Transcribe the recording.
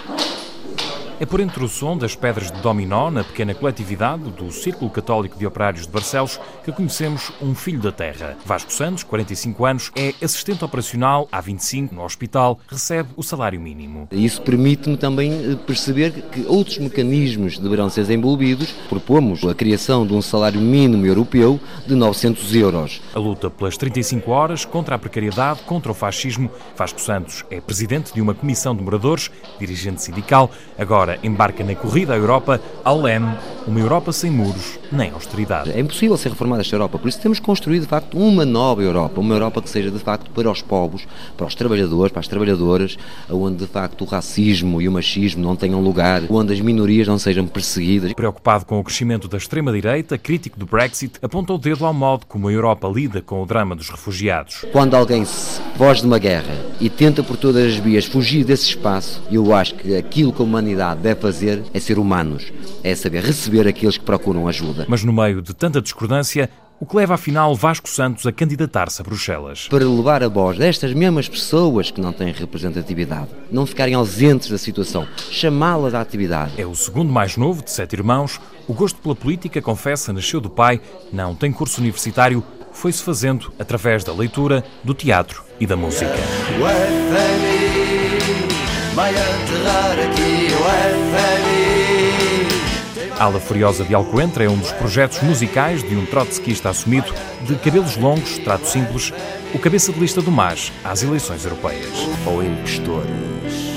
É por entre o som das pedras de dominó na pequena coletividade do Círculo Católico de Operários de Barcelos que conhecemos um filho da terra. Vasco Santos, 45 anos, é assistente operacional há 25 no hospital, recebe o salário mínimo. Isso permite-me também perceber que outros mecanismos deverão ser desenvolvidos. Propomos a criação de um salário mínimo europeu de 900 euros. A luta pelas 35 horas contra a precariedade, contra o fascismo. Vasco Santos é presidente de uma comissão de moradores, dirigente sindical, agora embarca na corrida à Europa, ao leme, uma Europa sem muros nem austeridade. É impossível ser reformada esta Europa, por isso temos que construir de facto uma nova Europa, uma Europa que seja de facto para os povos, para os trabalhadores, para as trabalhadoras, onde de facto o racismo e o machismo não tenham lugar, onde as minorias não sejam perseguidas. Preocupado com o crescimento da extrema-direita, crítico do Brexit, aponta o dedo ao modo como a Europa lida com o drama dos refugiados. Quando alguém foge de uma guerra e tenta por todas as vias fugir desse espaço, eu acho que aquilo que a humanidade deve fazer é ser humanos, é saber receber aqueles que procuram ajuda. Mas no meio de tanta discordância, o que leva afinal Vasco Santos a candidatar-se a Bruxelas? Para levar a voz destas mesmas pessoas que não têm representatividade, não ficarem ausentes da situação, chamá-las à atividade. É o segundo mais novo de 7 irmãos. O gosto pela política, confessa, nasceu do pai, não tem curso universitário, foi-se fazendo através da leitura, do teatro e da música. Ala Furiosa de Alcoentra é um dos projetos musicais de um trotskista assumido, de cabelos longos, trato simples, o cabeça de lista do MAS às eleições europeias. Ou impostores.